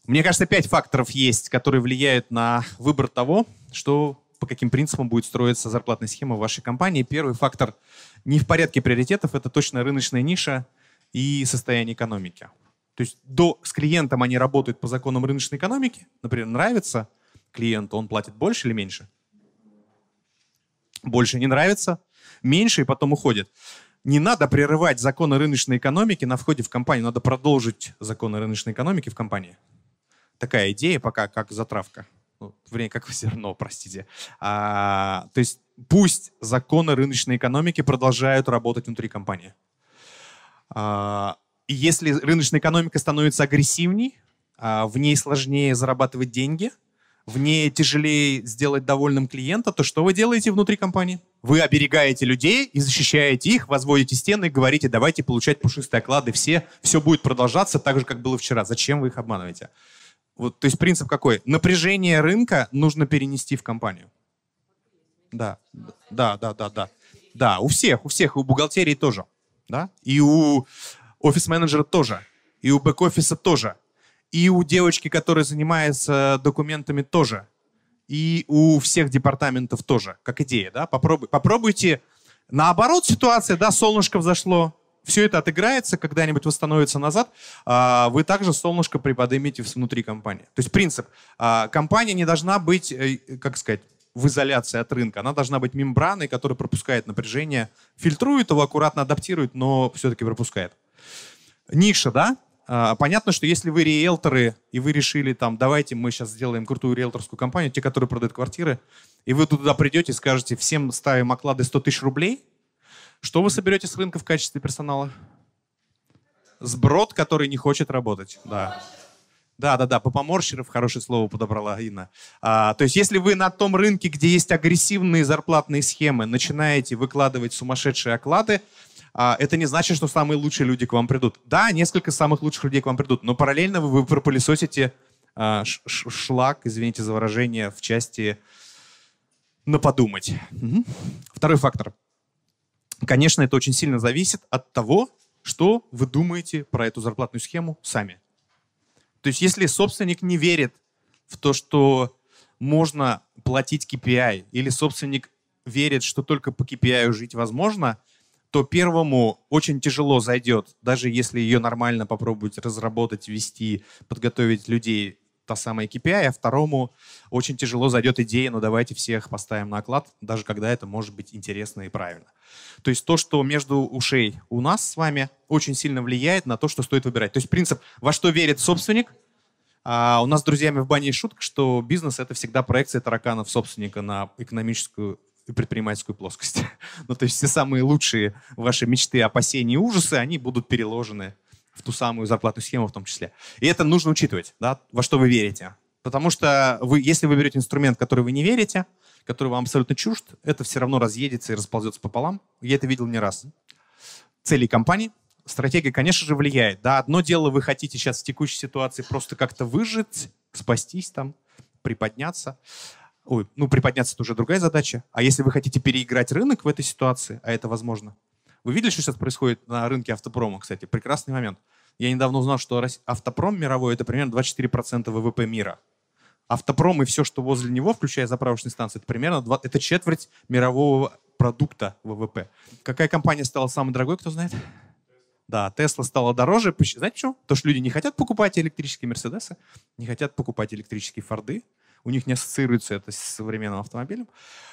Мне кажется, 5 факторов есть, которые влияют на выбор того, что по каким принципам будет строиться зарплатная схема в вашей компании. Первый фактор не в порядке приоритетов, это точно рыночная ниша и состояние экономики. То есть с клиентом они работают по законам рыночной экономики. Например, нравится клиенту, он платит больше или меньше? Больше не нравится, меньше и потом уходит. Не надо прерывать законы рыночной экономики на входе в компанию, надо продолжить законы рыночной экономики в компании. Такая идея пока как затравка. Вернее, как зерно, простите. То есть пусть законы рыночной экономики продолжают работать внутри компании. И если рыночная экономика становится агрессивней, в ней сложнее зарабатывать деньги, в ней тяжелее сделать довольным клиента, то что вы делаете внутри компании? Вы оберегаете людей и защищаете их, возводите стены и говорите, давайте получать пушистые оклады все будет продолжаться так же, как было вчера. Зачем вы их обманываете? Вот, то есть принцип какой? Напряжение рынка нужно перенести в компанию. Да. Да, у всех, и у бухгалтерии тоже. Да? И у офис-менеджера тоже. И у бэк-офиса тоже. И у девочки, которая занимается документами, тоже. И у всех департаментов тоже, как идея. Да? Попробуйте. Наоборот ситуация, да, солнышко взошло. Все это отыграется, когда-нибудь восстановится назад, вы также солнышко приподнимете внутри компании. То есть принцип. Компания не должна быть, как сказать, в изоляции от рынка. Она должна быть мембраной, которая пропускает напряжение, фильтрует его, аккуратно адаптирует, но все-таки пропускает. Ниша, да? Понятно, что если вы риэлторы, и вы решили, там, давайте мы сейчас сделаем крутую риэлторскую компанию, те, которые продают квартиры, и вы туда придете и скажете, всем ставим оклады 100 тысяч рублей, что вы соберете с рынка в качестве персонала? Сброд, который не хочет работать. Да. Попоморщеров, хорошее слово подобрала Инна. То есть если вы на том рынке, где есть агрессивные зарплатные схемы, начинаете выкладывать сумасшедшие оклады, это не значит, что самые лучшие люди к вам придут. Да, несколько самых лучших людей к вам придут, но параллельно вы пропылесосите шлак, извините за выражение, в части на подумать. Угу. Второй фактор. Конечно, это очень сильно зависит от того, что вы думаете про эту зарплатную схему сами. То есть если собственник не верит в то, что можно платить KPI, или собственник верит, что только по KPI жить возможно, то первому очень тяжело зайдет, даже если ее нормально попробовать разработать, ввести, подготовить людей, та самая KPI, а второму очень тяжело зайдет идея, ну давайте всех поставим на оклад, даже когда это может быть интересно и правильно. То есть то, что между ушей у нас с вами, очень сильно влияет на то, что стоит выбирать. То есть принцип, во что верит собственник. У нас с друзьями в бане есть шутка, что бизнес — это всегда проекция тараканов собственника на экономическую и предпринимательскую плоскость. Ну, то есть все самые лучшие ваши мечты, опасения и ужасы, они будут переложены в ту самую зарплатную схему в том числе. И это нужно учитывать, да, во что вы верите. Потому что если вы берете инструмент, в который вы не верите, который вам абсолютно чужд, это все равно разъедется и расползется пополам. Я это видел не раз. Цели компании. Стратегия, конечно же, влияет. Да, одно дело, вы хотите сейчас в текущей ситуации просто как-то выжить, спастись там, приподняться. Приподняться — это уже другая задача. А если вы хотите переиграть рынок в этой ситуации, а это возможно. Вы видели, что сейчас происходит на рынке автопрома, кстати? Прекрасный момент. Я недавно узнал, что автопром мировой — это примерно 24% ВВП мира. Автопром и все, что возле него, включая заправочные станции, это примерно это четверть мирового продукта ВВП. Какая компания стала самой дорогой, кто знает? Да, Тесла стала дороже. Знаете почему? Потому что люди не хотят покупать электрические Мерседесы, не хотят покупать электрические Форды. У них не ассоциируется это с современным автомобилем.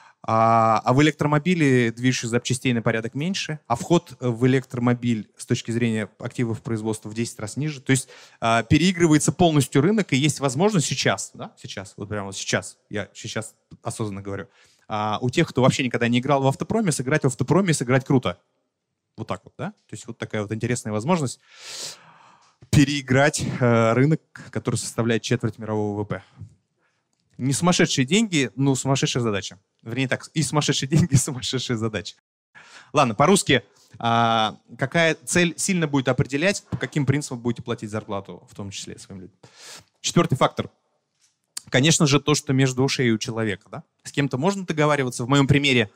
А в электромобиле движущих запчастей на порядок меньше, а вход в электромобиль с точки зрения активов производства в 10 раз ниже. То есть переигрывается полностью рынок, и есть возможность сейчас, вот прямо сейчас, я сейчас осознанно говорю, у тех, кто вообще никогда не играл в автопроме, сыграть в автопроме и сыграть круто. Вот так вот, да? То есть вот такая вот интересная возможность переиграть рынок, который составляет четверть мирового ВВП. Не сумасшедшие деньги, но сумасшедшая задача. Вернее так, и сумасшедшие деньги, и сумасшедшая задача. Ладно, по-русски. Какая цель сильно будет определять, по каким принципам будете платить зарплату, в том числе своим людям. Четвертый фактор. Конечно же, то, что между ушей у человека. Да? С кем-то можно договариваться. В моем примере,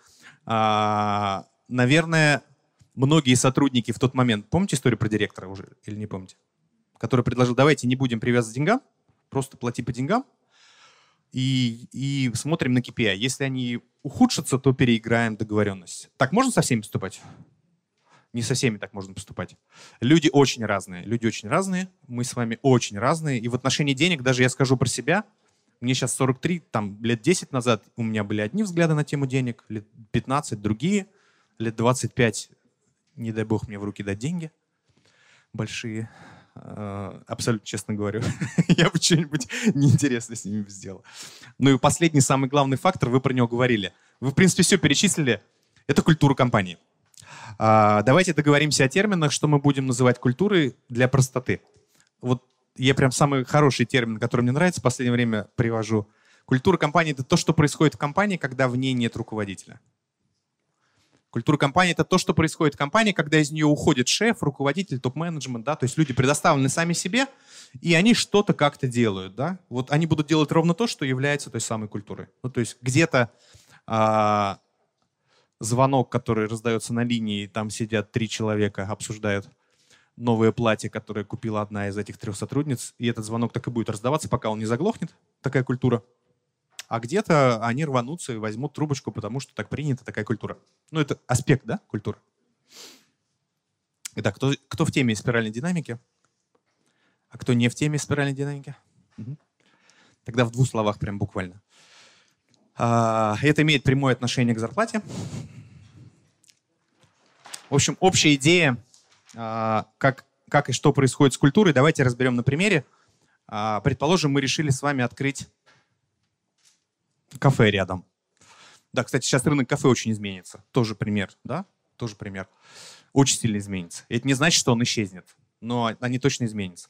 наверное, многие сотрудники в тот момент, помните историю про директора уже или не помните, который предложил, давайте не будем привязывать к деньгам, просто плати по деньгам и смотрим на KPI. Если они ухудшатся, то переиграем договоренность. Так можно со всеми поступать? Не со всеми так можно поступать. Люди очень разные. Мы с вами очень разные. И в отношении денег, даже я скажу про себя, мне сейчас 43, там лет 10 назад у меня были одни взгляды на тему денег, лет 15 другие, лет 25, не дай бог мне в руки дать деньги большие. Абсолютно честно говорю, я бы что-нибудь неинтересное с ними сделал. Ну и последний, самый главный фактор, вы про него говорили. Вы, в принципе, все перечислили. Это культура компании. Давайте договоримся о терминах, что мы будем называть культурой для простоты. Вот я прям самый хороший термин, который мне нравится, в последнее время привожу. Культура компании — это то, что происходит в компании, когда в ней нет руководителя. Культура компании — это то, что происходит в компании, когда из нее уходит шеф, руководитель, топ-менеджмент, да, то есть люди предоставлены сами себе, и они что-то как-то делают, да. Вот они будут делать ровно то, что является той самой культурой. Ну, то есть где-то звонок, который раздается на линии, там сидят 3 человека, обсуждают новое платье, которое купила одна из этих 3 сотрудниц, и этот звонок так и будет раздаваться, пока он не заглохнет. Такая культура. А где-то они рванутся и возьмут трубочку, потому что так принято, такая культура. Ну, это аспект, да, культуры. Итак, кто в теме спиральной динамики? А кто не в теме спиральной динамики? Угу. Тогда в 2 словах прям буквально. Это имеет прямое отношение к зарплате. В общем, общая идея, как и что происходит с культурой, давайте разберем на примере. Предположим, мы решили с вами открыть кафе рядом. Да, кстати, сейчас рынок кафе очень изменится. Тоже пример, да? Тоже пример. Очень сильно изменится. И это не значит, что он исчезнет, но они точно изменятся.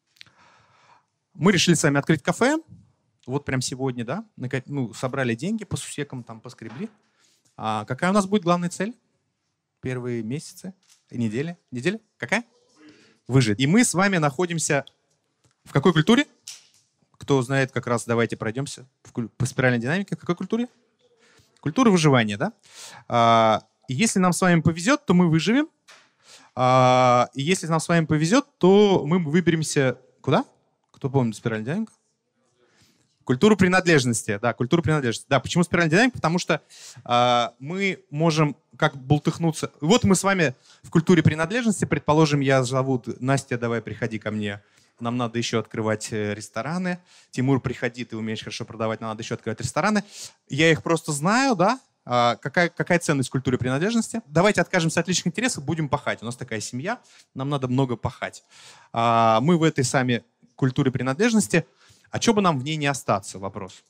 Мы решили с вами открыть кафе. Вот прям сегодня, да? Собрали деньги по сусекам, там поскребли. Какая у нас будет главная цель? Первые месяцы, недели? Неделя? Какая? Выжить. И мы с вами находимся в какой культуре? Кто знает, как раз давайте пройдемся по спиральной динамике. В какой культуре? Культура выживания, да? И если нам с вами повезет, то мы выживем. И если нам с вами повезет, то мы выберемся куда? Кто помнит спиральную динамику? Культуру принадлежности. Да, культуру принадлежности. Да, почему спиральная динамика? Потому что мы можем как бултыхнуться. Вот мы с вами в культуре принадлежности. Предположим, я зову Настя, давай приходи ко мне. Нам надо еще открывать рестораны. Тимур, приходи, ты умеешь хорошо продавать, нам надо еще открывать рестораны. Я их просто знаю, да? Какая ценность в культуре принадлежности? Давайте откажемся от личных интересов, будем пахать. У нас такая семья, нам надо много пахать. Мы в этой самой культуре принадлежности. А что бы нам в ней не остаться? Вопрос.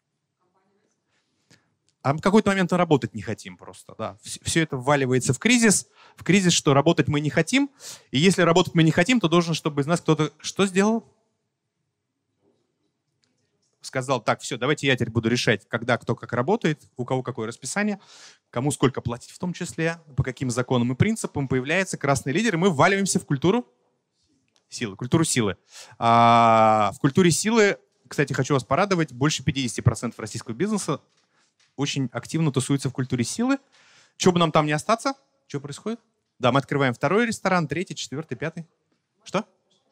А в какой-то момент мы работать не хотим просто. Да. Все это вваливается в кризис. В кризис, что работать мы не хотим. И если работать мы не хотим, то должен, чтобы из нас кто-то что сделал? Сказал, так, все, давайте я теперь буду решать, когда кто как работает, у кого какое расписание, кому сколько платить в том числе, по каким законам и принципам. Появляется красный лидер, и мы вваливаемся в культуру силы. Культуру силы. В культуре силы, кстати, хочу вас порадовать, больше 50% российского бизнеса очень активно тусуется в культуре силы. Что бы нам там не остаться? Что происходит? Да, мы открываем 2-й ресторан, 3-й, 4-й, 5-й. Что?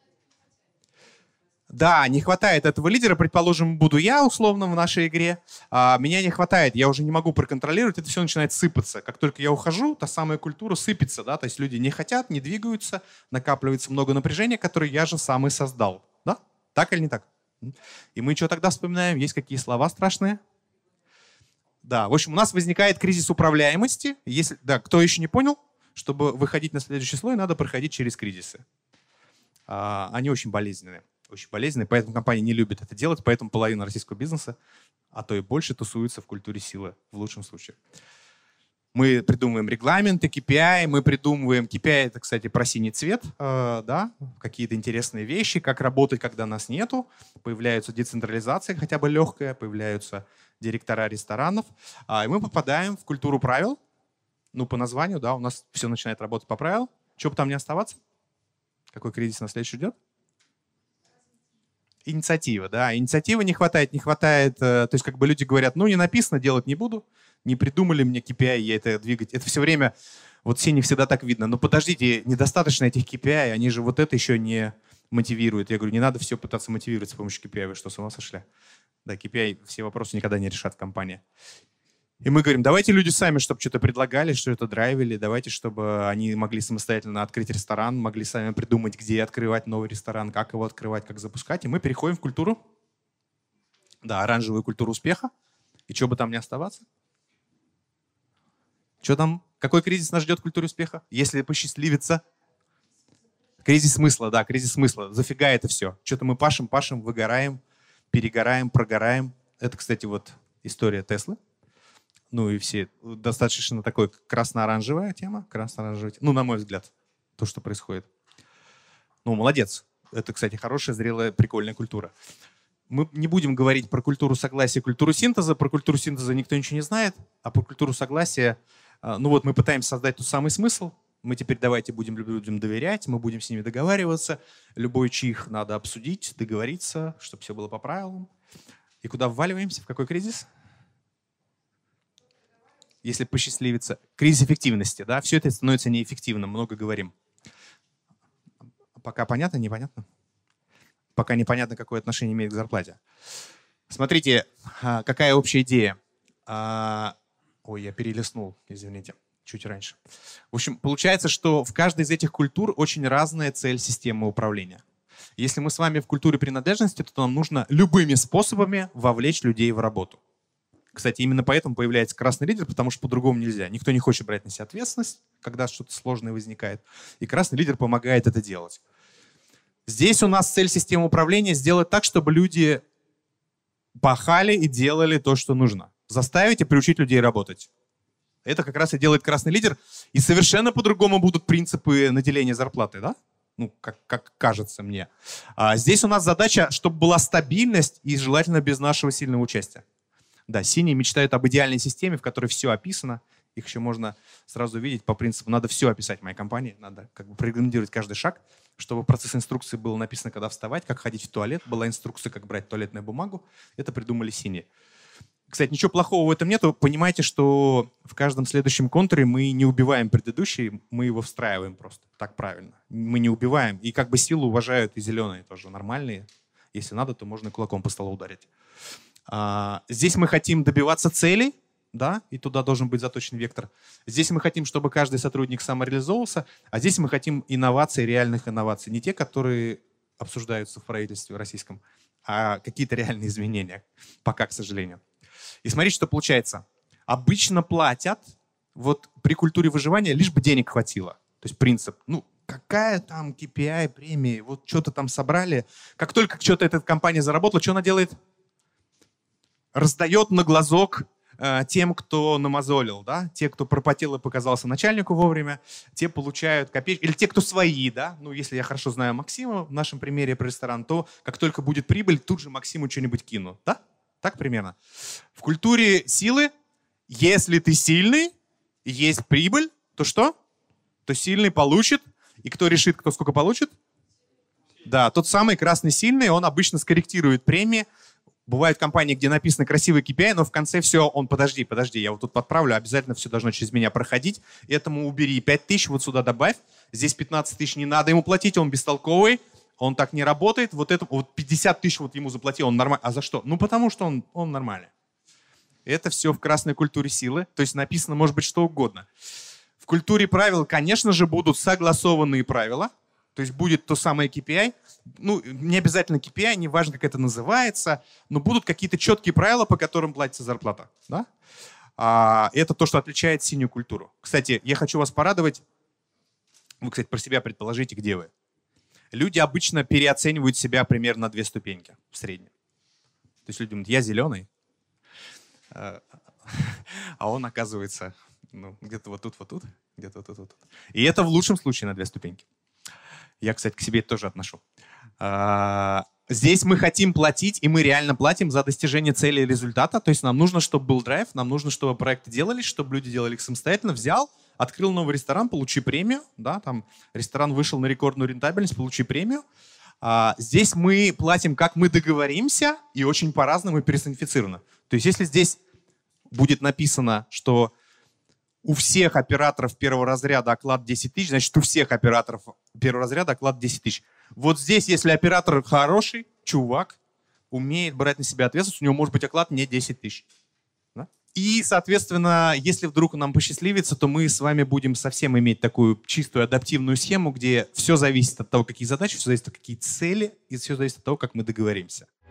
Да, не хватает этого лидера. Предположим, буду я условно в нашей игре. Меня не хватает, я уже не могу проконтролировать, это все начинает сыпаться. Как только я ухожу, та самая культура сыпется. Да? То есть люди не хотят, не двигаются, накапливается много напряжения, которое я же сам и создал. Да? Так или не так? И мы что тогда вспоминаем? Есть какие слова страшные? Да, в общем, у нас возникает кризис управляемости. Если, да, кто еще не понял, чтобы выходить на следующий слой, надо проходить через кризисы. Они очень болезненные. Очень болезненные, поэтому компания не любит это делать, поэтому половина российского бизнеса, а то и больше, тусуется в культуре силы в лучшем случае. Мы придумываем регламенты, KPI, мы придумываем KPI, это, кстати, про синий цвет, да, какие-то интересные вещи, как работать, когда нас нету. Появляется децентрализация хотя бы легкая, появляются директора ресторанов, и мы попадаем в культуру правил. Ну, по названию, да, у нас все начинает работать по правилам. Чего бы там не оставаться? Какой кризис нас следующий ждет? Инициатива, да. Инициативы не хватает. То есть как бы люди говорят, ну, не написано, делать не буду. Не придумали мне KPI, я это двигать. Это все время, вот все не всегда так видно. Но подождите, недостаточно этих KPI, они же вот это еще не мотивирует. Я говорю, не надо все пытаться мотивировать с помощью KPI. Вы что, с ума сошли? Да, KPI все вопросы никогда не решат в компании. И мы говорим, давайте люди сами, чтобы что-то предлагали, что-то драйвили, давайте, чтобы они могли самостоятельно открыть ресторан, могли сами придумать, где открывать новый ресторан, как его открывать, как запускать. И мы переходим в культуру, да, оранжевую культуру успеха. И что бы там ни оставаться? Что там? Какой кризис нас ждет в культуре успеха? Если посчастливится. Кризис смысла, да, кризис смысла. Зафига это все. Что-то мы пашем, выгораем, перегораем, прогораем. Это, кстати, вот история Теслы. Ну и все. Достаточно такой красно-оранжевая тема. Красно-оранжевая тема. Ну, на мой взгляд, то, что происходит. Ну, молодец. Это, кстати, хорошая, зрелая, прикольная культура. Мы не будем говорить про культуру согласия, культуру синтеза. Про культуру синтеза никто ничего не знает. А про культуру согласия, ну вот мы пытаемся создать тот самый смысл. Мы теперь давайте будем людям доверять, мы будем с ними договариваться. Любой чих надо обсудить, договориться, чтобы все было по правилам. И куда вваливаемся? В какой кризис? Если посчастливится. Кризис эффективности, да? Все это становится неэффективным, много говорим. Пока понятно, непонятно? Пока непонятно, какое отношение имеет к зарплате. Смотрите, какая общая идея. Ой, я перелистнул, извините, чуть раньше. В общем, получается, что в каждой из этих культур очень разная цель системы управления. Если мы с вами в культуре принадлежности, то нам нужно любыми способами вовлечь людей в работу. Кстати, именно поэтому появляется красный лидер, потому что по-другому нельзя. Никто не хочет брать на себя ответственность, когда что-то сложное возникает. И красный лидер помогает это делать. Здесь у нас цель системы управления сделать так, чтобы люди пахали и делали то, что нужно. Заставить и приучить людей работать. Это как раз и делает красный лидер. И совершенно по-другому будут принципы наделения зарплаты, да? Ну, как кажется мне. Здесь у нас задача, чтобы была стабильность и желательно без нашего сильного участия. Да, синие мечтают об идеальной системе, в которой все описано. Их еще можно сразу видеть по принципу, надо все описать в моей компании, надо как бы прорекомендовать каждый шаг, чтобы процесс инструкции был написано, когда вставать, как ходить в туалет, была инструкция, как брать туалетную бумагу. Это придумали синие. Кстати, ничего плохого в этом нету. Понимаете, что в каждом следующем контуре мы не убиваем предыдущий, мы его встраиваем просто. Так правильно. Мы не убиваем. И как бы силу уважают и зеленые тоже нормальные. Если надо, то можно кулаком по столу ударить. Здесь мы хотим добиваться целей, да, и туда должен быть заточен вектор. Здесь мы хотим, чтобы каждый сотрудник самореализовывался, а здесь мы хотим инноваций, реальных инноваций. Не те, которые обсуждаются в правительстве российском, а какие-то реальные изменения. Пока, к сожалению. И смотрите, что получается. Обычно платят вот при культуре выживания лишь бы денег хватило. То есть принцип, ну, какая там KPI, премии, вот что-то там собрали. Как только что-то эта компания заработала, что она делает? Раздает на глазок тем, кто намазолил, да? Те, кто пропотел и показался начальнику вовремя, те получают копейки. Или те, кто свои, да? Ну, если я хорошо знаю Максима, в нашем примере про ресторан, то как только будет прибыль, тут же Максиму что-нибудь кину, да? Так примерно. В культуре силы, если ты сильный, есть прибыль, то что? То сильный получит. И кто решит, кто сколько получит? Да, тот самый красный сильный, он обычно скорректирует премии. Бывают компании, где написано красивый KPI, но в конце все, он, подожди, я вот тут подправлю, обязательно все должно через меня проходить. Этому убери 5 тысяч, вот сюда добавь. Здесь 15 тысяч не надо ему платить, он бестолковый, он так не работает. Вот 50 тысяч вот ему заплати, он нормальный. А за что? Ну, потому что он нормальный. Это все в красной культуре силы, то есть написано может быть что угодно. В культуре правил, конечно же, будут согласованные правила. То есть будет то самое KPI. Ну, не обязательно KPI, не важно, как это называется, но будут какие-то четкие правила, по которым платится зарплата. Да? Это то, что отличает синюю культуру. Кстати, я хочу вас порадовать. Вы, кстати, про себя предположите, где вы. Люди обычно переоценивают себя примерно на 2 ступеньки в среднем. То есть люди думают, я зеленый, а он оказывается где-то вот тут, где-то вот тут. И это в лучшем случае на 2 ступеньки. Я, кстати, к себе это тоже отношу. Здесь мы хотим платить, и мы реально платим за достижение цели и результата. То есть нам нужно, чтобы был драйв, нам нужно, чтобы проекты делались, чтобы люди делали их самостоятельно. Взял, открыл новый ресторан, получи премию. Да, там ресторан вышел на рекордную рентабельность, получи премию. Здесь мы платим, как мы договоримся, и очень по-разному и персонифицированно. То есть если здесь будет написано, что у всех операторов первого разряда оклад 10 тысяч, значит, у всех операторов первого разряда оклад 10 тысяч. Вот здесь, если оператор хороший, чувак, умеет брать на себя ответственность, у него может быть оклад не 10 тысяч. Да? И, соответственно, если вдруг нам посчастливится, то мы с вами будем совсем иметь такую чистую адаптивную схему, где все зависит от того, какие задачи, все зависит от какие цели, и все зависит от того, как мы договоримся.